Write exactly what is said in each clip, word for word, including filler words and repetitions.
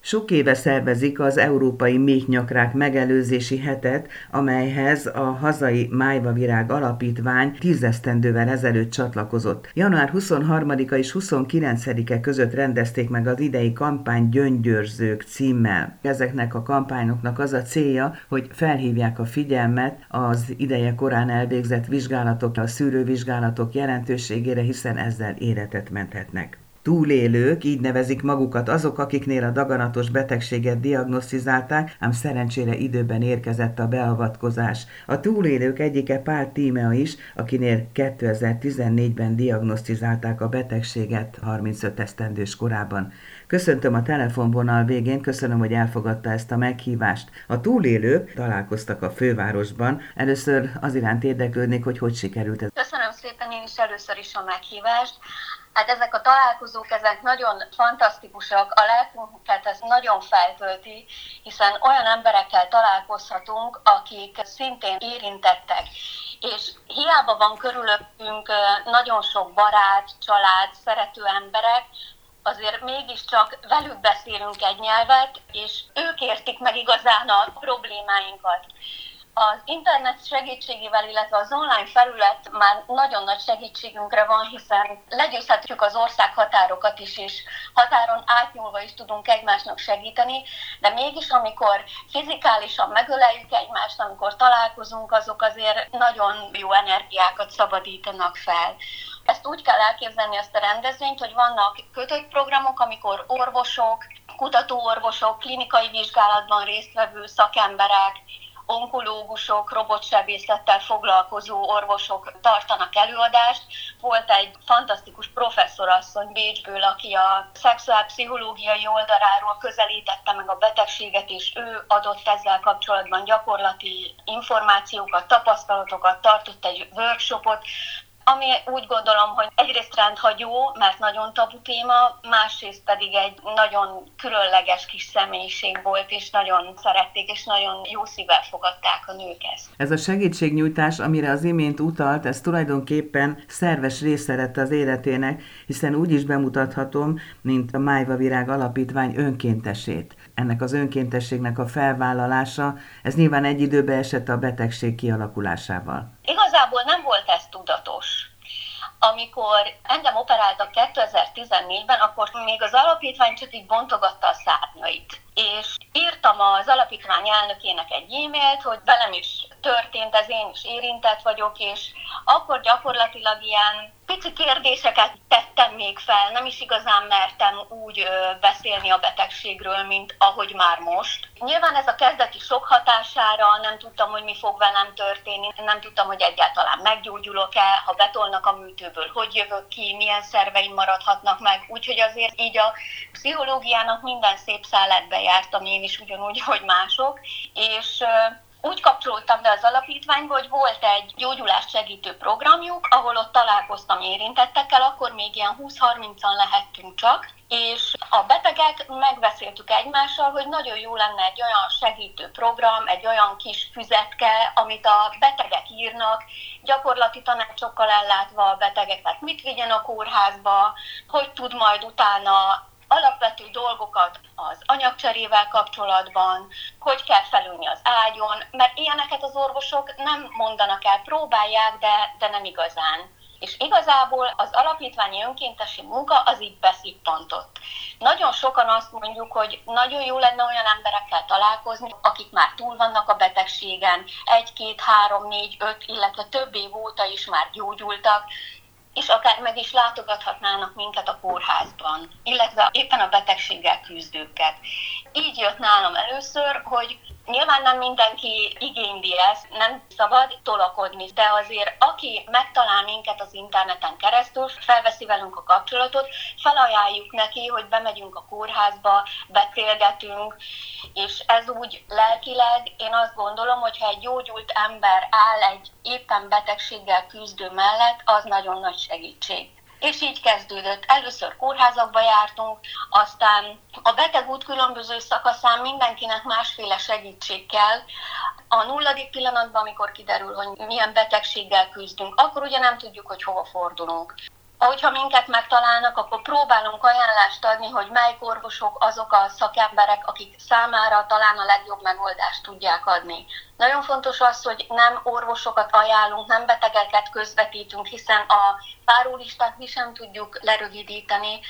Sok éve szervezik az Európai Méhnyakrák Megelőzési Hetet, amelyhez a hazai Májvavirág Alapítvány tízesztendővel ezelőtt csatlakozott. január huszonharmadika és huszonkilencedike között rendezték meg az idei kampány Gyöngyőrzők címmel. Ezeknek a kampányoknak az a célja, hogy felhívják a figyelmet az ideje korán elvégzett vizsgálatok, a szűrővizsgálatok jelentőségére, hiszen ezzel életet menthetnek. Túlélők, így nevezik magukat azok, akiknél a daganatos betegséget diagnosztizálták, ám szerencsére időben érkezett a beavatkozás. A túlélők egyike Pál Tímea is, akinél kétezer-tizennégyben diagnosztizálták a betegséget harmincöt esztendős korában. Köszöntöm a telefonvonal végén, köszönöm, hogy elfogadta ezt a meghívást. A túlélők találkoztak a fővárosban. Először az iránt érdeklődnék, hogy hogy sikerült ez. Köszönöm szépen én is először is a meghívást. Hát ezek a találkozók, ezek nagyon fantasztikusak, a lelkünket ez nagyon feltölti, hiszen olyan emberekkel találkozhatunk, akik szintén érintettek. És hiába van körülöttünk nagyon sok barát, család, szerető emberek, azért mégiscsak velük beszélünk egy nyelvet, és ők értik meg igazán a problémáinkat. Az internet segítségével, illetve az online felület már nagyon nagy segítségünkre van, hiszen legyőzhetjük az országhatárokat is, és határon átnyúlva is tudunk egymásnak segíteni, de mégis amikor fizikálisan megöleljük egymást, amikor találkozunk, azok azért nagyon jó energiákat szabadítanak fel. Ezt úgy kell elképzelni, ezt a rendezvényt, hogy vannak kötött programok, amikor orvosok, kutatóorvosok, klinikai vizsgálatban résztvevő szakemberek, onkológusok, robotsebészettel foglalkozó orvosok tartanak előadást. Volt egy fantasztikus professzorasszony Bécsből, aki a szexuálpszichológiai oldaláról közelítette meg a betegséget, és ő adott ezzel kapcsolatban gyakorlati információkat, tapasztalatokat, tartott egy workshopot, ami úgy gondolom, hogy egyrészt rendhagyó, mert nagyon tabu téma, másrészt pedig egy nagyon különleges kis személyiség volt, és nagyon szerették, és nagyon jó szívvel fogadták a nők ezt. Ez a segítségnyújtás, amire az imént utalt, ez tulajdonképpen szerves része lett az életének, hiszen úgy is bemutathatom, mint a Májvavirág Alapítvány önkéntesét. Ennek az önkéntességnek a felvállalása, ez nyilván egy időbe esett a betegség kialakulásával. Igazából nem volt ez tudatos. Amikor engem operáltak kétezer-tizennégyben, akkor még az alapítvány csak így bontogatta a szárnyait. És írtam az alapítvány elnökének egy e-mailt, hogy velem is történt, ez én is érintett vagyok, és akkor gyakorlatilag ilyen pici kérdéseket tettem még fel, nem is igazán mertem úgy ö, beszélni a betegségről, mint ahogy már most. Nyilván ez a kezdeti sok hatására nem tudtam, hogy mi fog velem történni, nem tudtam, hogy egyáltalán meggyógyulok-e, ha betolnak a műtőből, hogy jövök ki, milyen szerveim maradhatnak meg, úgyhogy azért így a pszichológiának minden szép szálát jártam én is ugyanúgy, hogy mások, és úgy kapcsolódtam be az alapítványba, hogy volt egy gyógyulást segítő programjuk, ahol ott találkoztam érintettekkel, akkor még ilyen húsz-harmincan lehettünk csak, és a betegek megbeszéltük egymással, hogy nagyon jó lenne egy olyan segítő program, egy olyan kis füzetke, amit a betegek írnak, gyakorlati tanácsokkal ellátva a betegeket, mit vigyen a kórházba, hogy tud majd utána alapvető dolgokat az anyagcserével kapcsolatban, hogy kell felülni az ágyon, mert ilyeneket az orvosok nem mondanak el, próbálják, de, de nem igazán. És igazából az alapítványi önkéntesi munka az így beszippantott. Nagyon sokan azt mondjuk, hogy nagyon jó lenne olyan emberekkel találkozni, akik már túl vannak a betegségen, egy, két, három, négy, öt, illetve több év óta is már gyógyultak, és akár meg is látogathatnának minket a kórházban, illetve éppen a betegséggel küzdőket. Így jött nálam először, hogy nyilván nem mindenki igényli ezt, nem szabad tolakodni, de azért aki megtalál minket az interneten keresztül, felveszi velünk a kapcsolatot, felajánljuk neki, hogy bemegyünk a kórházba, beszélgetünk, és ez úgy lelkileg, én azt gondolom, hogy ha egy gyógyult ember áll egy éppen betegséggel küzdő mellett, az nagyon nagy segítség. És így kezdődött. Először kórházakba jártunk, aztán a betegút különböző szakaszán mindenkinek másféle segítség kell. A nulladik pillanatban, amikor kiderül, hogy milyen betegséggel küzdünk, akkor ugye nem tudjuk, hogy hova fordulunk. Ahogyha minket megtalálnak, akkor próbálunk ajánlást adni, hogy melyik orvosok azok a szakemberek, akik számára talán a legjobb megoldást tudják adni. Nagyon fontos az, hogy nem orvosokat ajánlunk, nem betegeket közvetítünk, hiszen a várólistát mi sem tudjuk lerövidíteni,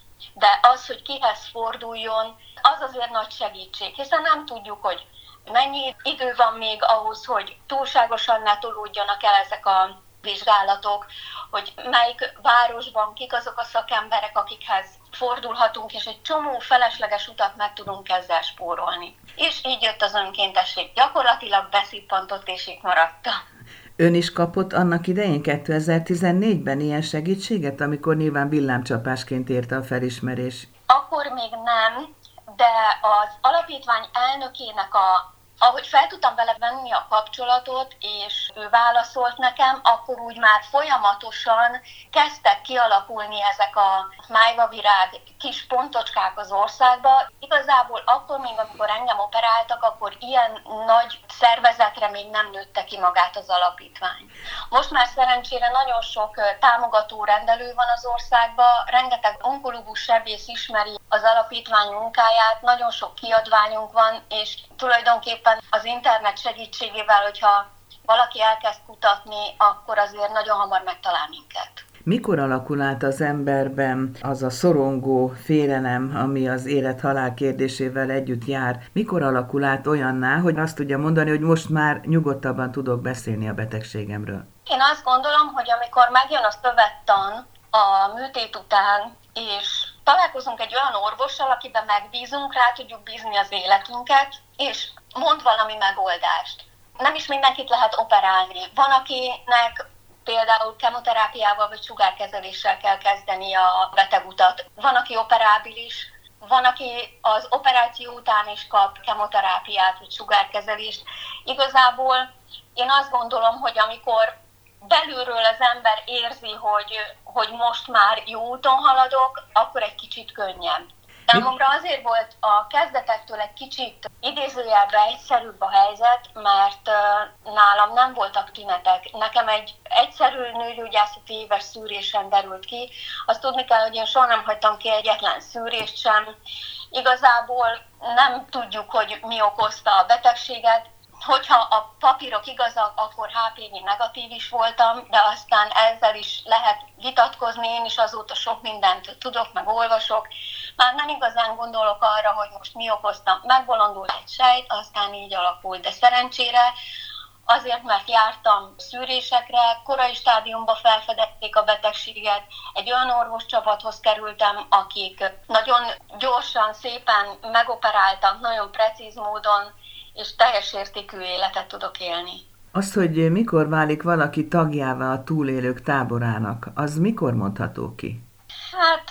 de az, hogy kihez forduljon, az azért nagy segítség, hiszen nem tudjuk, hogy mennyi idő van még ahhoz, hogy túlságosan ne tolódjanak el ezek a vizsgálatok, hogy melyik városban kik azok a szakemberek, akikhez fordulhatunk, és egy csomó felesleges utat meg tudunk ezzel spórolni. És így jött az önkéntesség. Gyakorlatilag beszippantott, és itt maradtam. Ön is kapott annak idején kétezer-tizennégyben ilyen segítséget, amikor nyilván villámcsapásként érte a felismerés? Akkor még nem, de az alapítvány elnökének a ahogy fel tudtam vele venni a kapcsolatot, és ő válaszolt nekem, akkor úgy már folyamatosan kezdtek kialakulni ezek a májvavirág kis pontocskák az országba. Igazából akkor még, amikor engem operáltak, akkor ilyen nagy szervezetre még nem nőtte ki magát az alapítvány. Most már szerencsére nagyon sok támogató rendelő van az országban, rengeteg onkológus sebész ismeri az alapítvány munkáját, nagyon sok kiadványunk van, és tulajdonképpen az internet segítségével, hogyha valaki elkezd kutatni, akkor azért nagyon hamar megtalál minket. Mikor alakul át az emberben az a szorongó félelem, ami az élet-halál kérdésével együtt jár? Mikor alakul át olyanná, hogy azt tudja mondani, hogy most már nyugodtabban tudok beszélni a betegségemről? Én azt gondolom, hogy amikor megjön a szövettan a műtét után, és találkozunk egy olyan orvossal, akiben megbízunk, rá tudjuk bízni az életünket, és mond valami megoldást. Nem is mindenkit lehet operálni. Van, akinek például kemoterápiával vagy sugárkezeléssel kell kezdeni a betegutat. Van, aki operábilis, van, aki az operáció után is kap kemoterápiát vagy sugárkezelést. Igazából én azt gondolom, hogy amikor belülről az ember érzi, hogy, hogy most már jó úton haladok, akkor egy kicsit könnyebb. Számomra azért volt a kezdetektől egy kicsit idézőjelben egyszerűbb a helyzet, mert nálam nem voltak tünetek. Nekem egy egyszerű nőgyógyászati éves szűrésen derült ki. Azt tudni kell, hogy én soha nem hagytam ki egyetlen szűrést sem. Igazából nem tudjuk, hogy mi okozta a betegséget. Hogyha a papírok igazak, akkor há pé vé negatív is voltam, de aztán ezzel is lehet vitatkozni, én is azóta sok mindent tudok, meg olvasok. Már nem igazán gondolok arra, hogy most mi okozta. Megbolondult egy sejt, aztán így alakult, de szerencsére azért, mert jártam szűrésekre, korai stádiumban felfedezték a betegséget, egy olyan orvoscsapathoz kerültem, akik nagyon gyorsan, szépen megoperáltak, nagyon precíz módon, és teljes értékű életet tudok élni. Az, hogy mikor válik valaki tagjává a túlélők táborának, az mikor mondható ki? Hát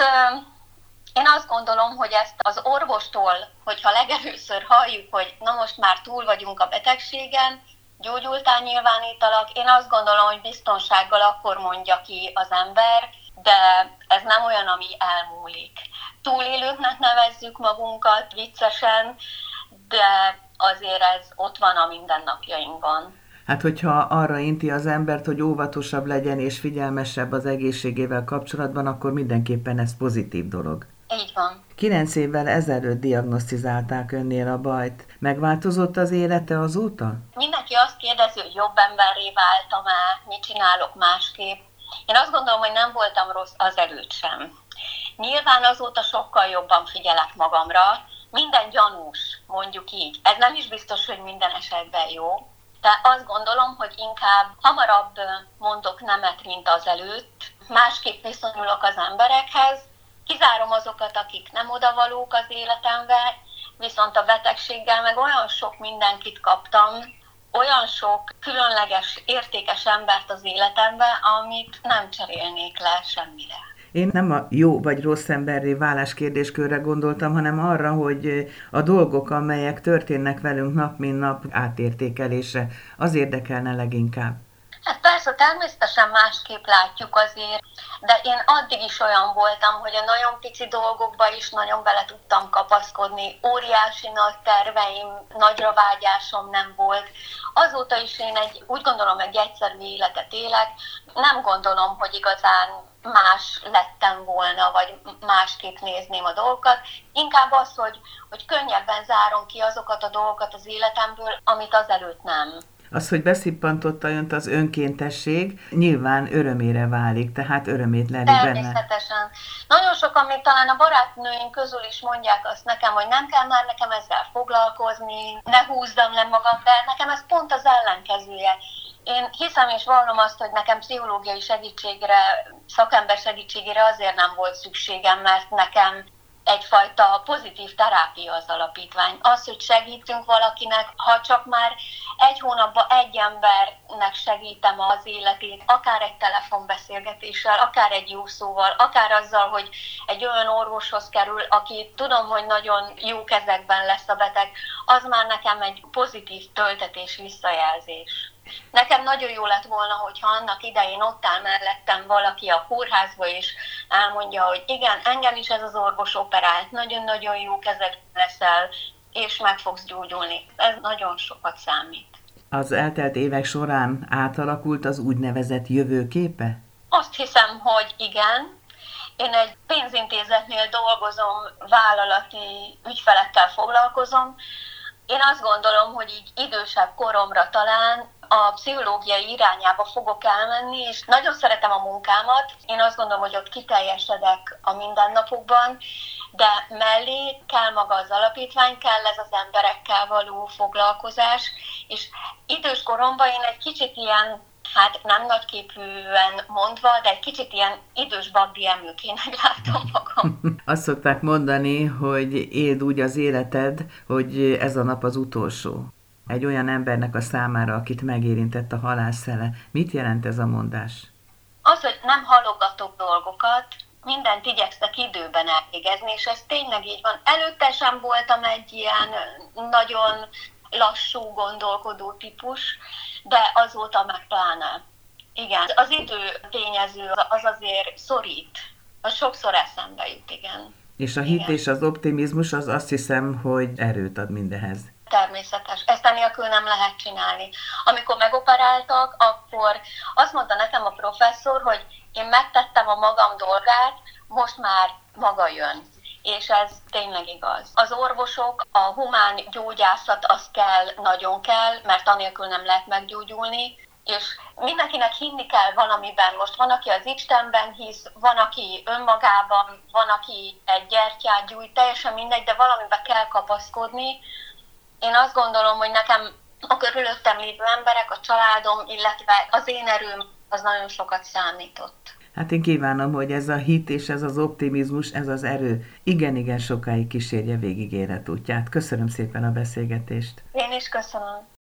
én azt gondolom, hogy ezt az orvostól, hogyha legelőször halljuk, hogy na most már túl vagyunk a betegségen, gyógyultál nyilvánítalak, én azt gondolom, hogy biztonsággal akkor mondja ki az ember, de ez nem olyan, ami elmúlik. Túlélőknek nevezzük magunkat viccesen, de azért ez ott van a mindennapjainkban. Hát, hogyha arra inti az embert, hogy óvatosabb legyen és figyelmesebb az egészségével kapcsolatban, akkor mindenképpen ez pozitív dolog. Így van. Kilenc évvel ezelőtt diagnosztizálták önnél a bajt. Megváltozott az élete azóta? Mindenki azt kérdezi, hogy jobb emberré váltam-e, mit csinálok másképp. Én azt gondolom, hogy nem voltam rossz azelőtt sem. Nyilván azóta sokkal jobban figyelek magamra, minden gyanús, mondjuk így. Ez nem is biztos, hogy minden esetben jó, de azt gondolom, hogy inkább hamarabb mondok nemet, mint azelőtt. Másképp viszonyulok az emberekhez, kizárom azokat, akik nem odavalók az életembe, viszont a betegséggel meg olyan sok mindenkit kaptam, olyan sok különleges, értékes embert az életembe, amit nem cserélnék le semmire. Én nem a jó vagy rossz emberré válás kérdéskörre gondoltam, hanem arra, hogy a dolgok, amelyek történnek velünk nap mint nap átértékelésre, az érdekelne leginkább. Hát persze, természetesen másképp látjuk azért, de én addig is olyan voltam, hogy a nagyon pici dolgokba is nagyon bele tudtam kapaszkodni. Óriási nagy terveim, nagyra vágyásom nem volt. Azóta is én egy, úgy gondolom, egy egyszerű életet élek. Nem gondolom, hogy igazán más lettem volna, vagy másképp nézném a dolgokat. Inkább az, hogy, hogy könnyebben zárom ki azokat a dolgokat az életemből, amit azelőtt nem. Az, hogy beszippantotta önt az önkéntesség, nyilván örömére válik, tehát örömét leli benne. Természetesen. Nagyon sokan, még talán a barátnőim közül is mondják azt nekem, hogy nem kell már nekem ezzel foglalkozni, ne húzzam le magam, de nekem ez pont az ellenkezője. Én hiszem és vallom azt, hogy nekem pszichológiai segítségre, szakember segítségére azért nem volt szükségem, mert nekem egyfajta pozitív terápia az alapítvány. Az, hogy segítünk valakinek, ha csak már egy hónapban egy embernek segítem az életét, akár egy telefonbeszélgetéssel, akár egy jó szóval, akár azzal, hogy egy olyan orvoshoz kerül, aki tudom, hogy nagyon jó kezekben lesz a beteg, az már nekem egy pozitív töltetés, visszajelzés. Nekem nagyon jó lett volna, hogyha annak idején ott áll mellettem valaki a kórházba, és elmondja, hogy igen, engem is ez az orvos operált, nagyon-nagyon jó kezekben leszel, és meg fogsz gyógyulni. Ez nagyon sokat számít. Az eltelt évek során átalakult az úgynevezett jövőképe? Azt hiszem, hogy igen. Én egy pénzintézetnél dolgozom, vállalati ügyfelekkel foglalkozom. Én azt gondolom, hogy így idősebb koromra talán a pszichológiai irányába fogok elmenni, és nagyon szeretem a munkámat. Én azt gondolom, hogy ott kiteljesedek a mindennapokban, de mellé kell maga az alapítvány, kell ez az emberekkel való foglalkozás, és idős koromban én egy kicsit ilyen, hát nem nagyképűen mondva, de egy kicsit ilyen idős babdi emőkének látom magam. Azt szokták mondani, hogy éld úgy az életed, hogy ez a nap az utolsó. Egy olyan embernek a számára, akit megérintett a halálszele. Mit jelent ez a mondás? Az, hogy nem halogatok dolgokat, mindent igyekszek időben elvégezni, és ez tényleg így van. Előtte sem voltam egy ilyen nagyon lassú gondolkodó típus, de azóta meg pláne. Igen, az idő tényező az azért szorít. Az sokszor eszembe jut, igen. És a hit igen. És az optimizmus az azt hiszem, hogy erőt ad mindehez. Természetes. Ezt enélkül nem lehet csinálni. Amikor megoperáltak, akkor azt mondta nekem a professzor, hogy én megtettem a magam dolgát, most már maga jön. És ez tényleg igaz. Az orvosok, a humán gyógyászat az kell, nagyon kell, mert anélkül nem lehet meggyógyulni, és mindenkinek hinni kell valamiben. Most van, aki az Istenben hisz, van, aki önmagában, van, aki egy gyertyát gyújt, teljesen mindegy, de valamiben kell kapaszkodni. Én azt gondolom, hogy nekem a körülöttem lévő emberek, a családom, illetve az én erőm, az nagyon sokat számított. Hát én kívánom, hogy ez a hit és ez az optimizmus, ez az erő igen-igen sokáig kísérje végig életútját. Köszönöm szépen a beszélgetést. Én is köszönöm.